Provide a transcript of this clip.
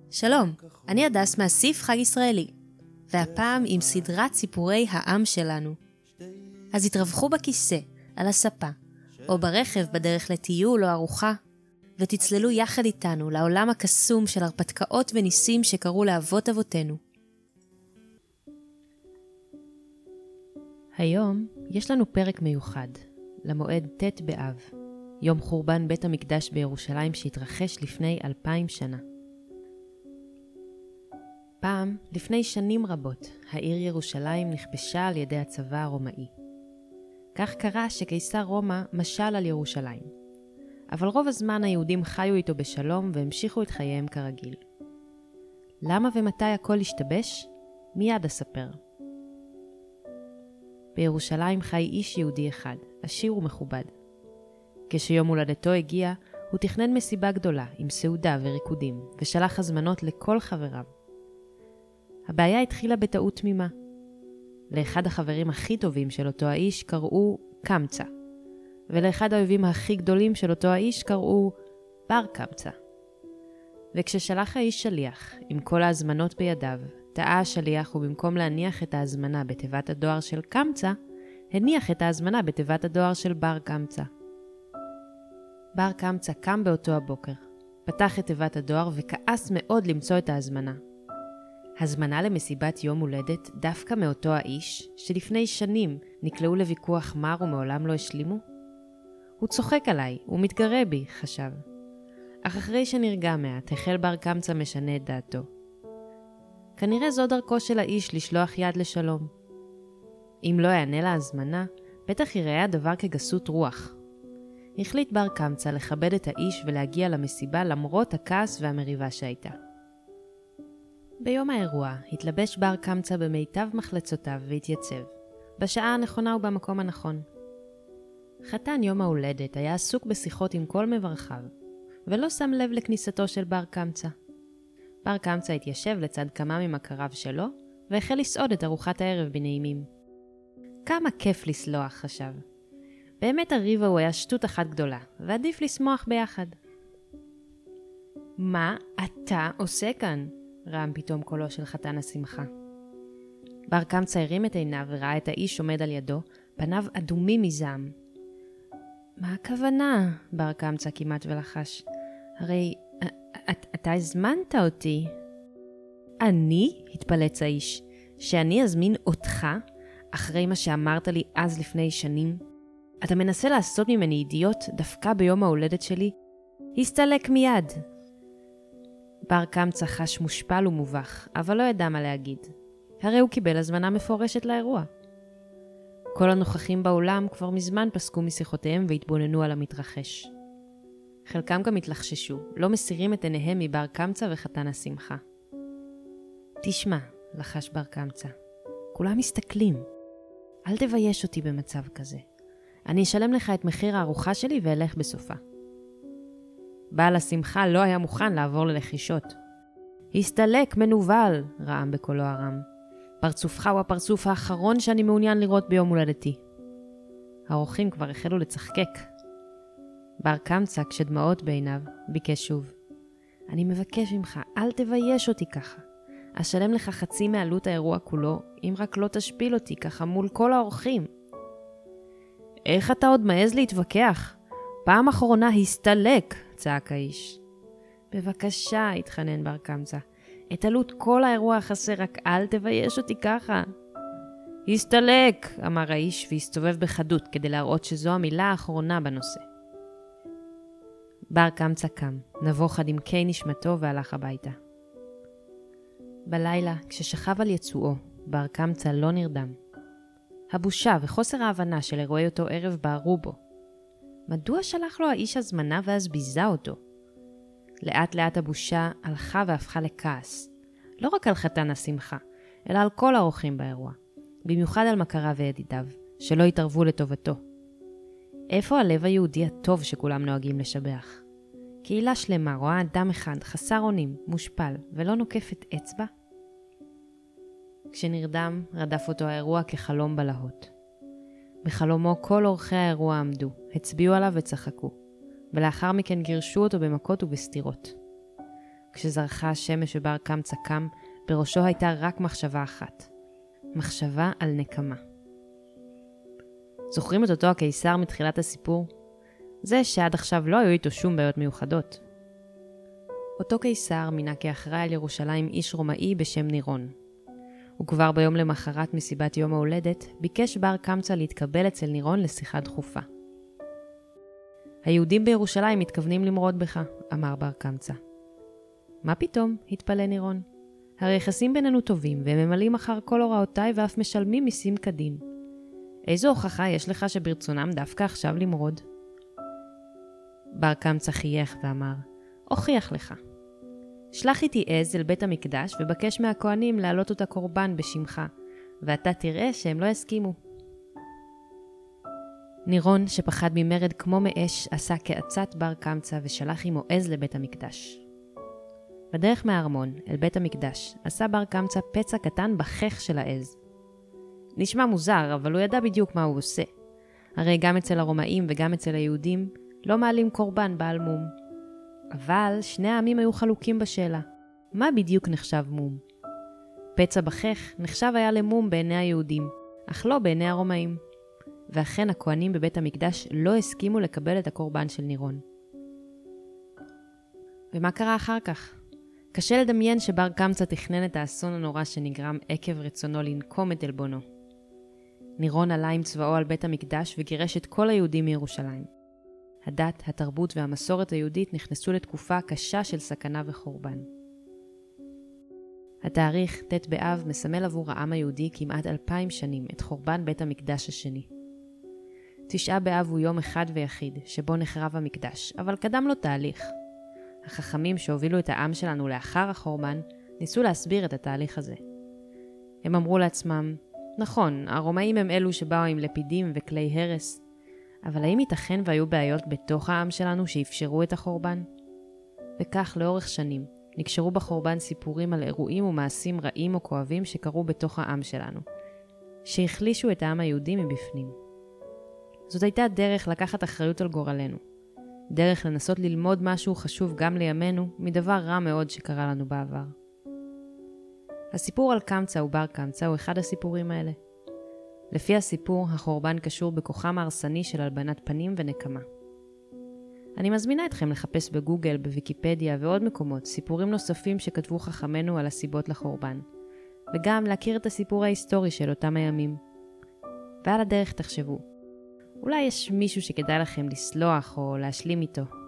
שלום, אני הדס מהסיף חג ישראלי, והפעם עם סדרת סיפורי העם שלנו. אז התרווחו בכיסא, על הספה, או ברכב בדרך לטיול או ארוחה, ותצללו יחד איתנו לעולם הקסום של הרפתקאות וניסים שקרו לאבות אבותינו. היום יש לנו פרק מיוחד, למועד ט' באב, יום חורבן בית המקדש בירושלים שהתרחש לפני 2000 שנה. פעם, לפני שנים רבות, העיר ירושלים נכבשה על ידי הצבא הרומאי. כך קרה שקיסר רומא משל על ירושלים. אבל רוב הזמן היהודים חיו איתו בשלום והמשיכו את חייהם כרגיל. למה ומתי הכל השתבש? מיד אספר. בירושלים חי איש יהודי אחד, עשיר ומכובד. כשיום הולדתו הגיע, הוא תכנן מסיבה גדולה עם סעודה וריקודים, ושלח הזמנות לכל חבריו. הבעיה התחילה בטעות תמימה. לאחד החברים הכי טובים של אותו האיש קראו קמצא, ולאחד האויבים הכי גדולים של אותו האיש קראו בר קמצא. וכששלח האיש שליח עם כל ההזמנות בידיו, טעה השליח ובמקום להניח את ההזמנה בתיבת הדואר של קמצא, הניח את ההזמנה בתיבת הדואר של בר קמצא. בר קמצא קם באותו הבוקר, פתח את תיבת הדואר וכעס מאוד למצוא את ההזמנה. הזמנה למסיבת יום הולדת דווקא מאותו האיש שלפני שנים נקלעו לוויכוח מר ומעולם לא השלימו? הוא צוחק עליי, הוא מתגרה בי, חשב. אך אחרי שנרגע מעט, החל בר קמצא משנה את דעתו. כנראה זו דרכו של האיש לשלוח יד לשלום. אם לא יענה להזמנה, בטח יראה הדבר כגסות רוח. החליט בר קמצא לכבד את האיש ולהגיע למסיבה למרות הכעס והמריבה שהייתה. ביום האירוע התלבש בר קמצא במיטב מחלצותיו והתייצב, בשעה הנכונה ובמקום הנכון. חתן יום ההולדת היה עסוק בשיחות עם כל מברכיו, ולא שם לב לכניסתו של בר קמצא. בר קמצא התיישב לצד כמה ממכריו שלו, והחל לסעוד את ארוחת הערב בנעימים. כמה כיף לסלוח, חשב. באמת הריב הוא היה שטות אחת גדולה, ועדיף לשמוח ביחד. מה אתה עושה כאן? רעם פתאום קולו של חתן השמחה. בר קמצא הרים את עיניו וראה את האיש עומד על ידו, פניו אדומים מזעם. מה הכוונה? בר קמצא כמעט ולחש. הרי אתה הזמנת אותי. אני? התפלץ האיש. שאני אזמין אותך אחרי מה שאמרת לי אז לפני שנים? אתה מנסה לעשות ממני אידיוט דווקא ביום ההולדת שלי? הסתלק מיד. בר קמצא חש מושפל ומובך, אבל לא ידע מה להגיד. הרי הוא קיבל הזמנה מפורשת לאירוע. כל הנוכחים באולם כבר מזמן פסקו משיחותיהם והתבוננו על המתרחש. חלקם גם התלחששו, לא מסירים את עיניהם מבר קמצא וחתן השמחה. תשמע, לחש בר קמצא, כולם מסתכלים. אל תבייש אותי במצב כזה. אני אשלם לך את מחיר הארוחה שלי ואלך בסופה. בעל השמחה לא היה מוכן לעבור ללחישות. הסתלק, מנוול, רעם בקולו הרם. פרצופך הוא הפרצוף האחרון שאני מעוניין לראות ביום הולדתי. האורחים כבר החלו לצחקק. בר קמצא, כשדמעות בעיניו, ביקש שוב. אני מבקש ממך, אל תבייש אותי ככה. אשלם לך חצי מעלות האירוע כולו, אם רק לא תשפיל אותי ככה מול כל האורחים. איך אתה עוד מעז להתווכח? פעם אחרונה הסתלק, צעק האיש. בבקשה, התחנן בר קמצא. את עלות כל האירוע החסר, רק אל תבייש אותי ככה. הסתלק, אמר האיש והסתובב בחדות כדי להראות שזו המילה האחרונה בנושא. בר קמצא קם, נבוך עד עמקי נשמתו והלך הביתה. בלילה, כששכב על יצואו, בר קמצא לא נרדם. הבושה וחוסר ההבנה של אירועי אותו ערב בערו בו. מדוע שלח לו האיש הזמנה ואז ביזה אותו? לאט לאט הבושה הלכה והפכה לכעס. לא רק על חתן השמחה, אלא על כל האורחים באירוע. במיוחד על מכריו וידידיו, שלא התערבו לטובתו. איפה הלב היהודי הטוב שכולם נוהגים לשבח? קהילה שלמה רואה אדם אחד חסר אונים, מושפל, ולא נוקפת אצבע? כשנרדם, רדף אותו האירוע כחלום בלהות. בחלומו כל אורחי האירוע עמדו, הצביעו עליו וצחקו, ולאחר מכן גירשו אותו במכות ובסתירות. כשזרחה השמש ובר קמצא קם, בראשו הייתה רק מחשבה אחת. מחשבה על נקמה. זוכרים את אותו הקיסר מתחילת הסיפור? זה שעד עכשיו לא היו איתו שום בעיות מיוחדות. אותו קיסר מינה כאחראי על ירושלים איש רומאי בשם נירון. וכבר ביום למחרת מסיבת יום ההולדת, ביקש בר קמצא להתקבל אצל נירון לשיחה דחופה. היהודים בירושלים מתכוונים למרוד בך, אמר בר קמצא. מה פתאום? התפלא נירון. הרי יחסים בינינו טובים, והם ממלאים אחר כל הוראותיי ואף משלמים מיסים כדין. איזו הוכחה יש לך שברצונם דווקא עכשיו למרוד? בר קמצא חייך ואמר, הוכיח לך. שלח איתי עז אל בית המקדש ובקש מהכהנים להעלות אותה קורבן בשמך, ואתה תראה שהם לא יסכימו. נירון, שפחד ממרד כמו מאש, עשה כעצת בר קמצא ושלח עמו עז לבית המקדש. בדרך מהארמון אל בית המקדש עשה בר קמצא פצע קטן בחך של העז. נשמע מוזר, אבל הוא ידע בדיוק מה הוא עושה. הרי גם אצל הרומאים וגם אצל היהודים לא מעלים קורבן בעל מום. אבל שני העמים היו חלוקים בשאלה. מה בדיוק נחשב מום? פצע בחך נחשב היה למום בעיני היהודים, אך לא בעיני הרומאים. ואכן הכהנים בבית המקדש לא הסכימו לקבל את הקורבן של נירון. ומה קרה אחר כך? קשה לדמיין שבר קמצא תכנן את האסון הנורא שנגרם עקב רצונו לנקום את עלבונו. נירון עלה עם צבאו על בית המקדש וגירש את כל היהודים מירושלים. הדת, התרבות והמסורת היהודית נכנסו לתקופה קשה של סכנה וחורבן. התאריך ט' באב מסמל עבור העם היהודי כמעט 2000 שנים את חורבן בית המקדש השני. 9 באב הוא יום אחד ויחיד שבו נחרב המקדש, אבל קדם לו תהליך. החכמים שהובילו את העם שלנו לאחר החורבן ניסו להסביר את התהליך הזה. הם אמרו לעצמם, נכון, הרומאים הם אלו שבאו עם לפידים וכלי הרס, אבל האם ייתכן והיו בעיות בתוך העם שלנו שאפשרו את החורבן? וכך לאורך שנים נקשרו בחורבן סיפורים על אירועים ומעשים רעים או כואבים שקרו בתוך העם שלנו, שהחלישו את העם היהודי מבפנים. זאת הייתה דרך לקחת אחריות על גורלנו, דרך לנסות ללמוד משהו חשוב גם לימינו מדבר רע מאוד שקרה לנו בעבר. הסיפור על קמצא ובר קמצא הוא אחד הסיפורים האלה. לפי הסיפור, החורבן קשור בכוחם ההרסני של הלבנת פנים ונקמה. אני מזמינה אתכם לחפש בגוגל, בוויקיפדיה ועוד מקומות סיפורים נוספים שכתבו חכמינו על הסיבות לחורבן, וגם להכיר את הסיפור ההיסטורי של אותם הימים. ועל הדרך תחשבו, אולי יש מישהו שכדאי לכם לסלוח או להשלים איתו,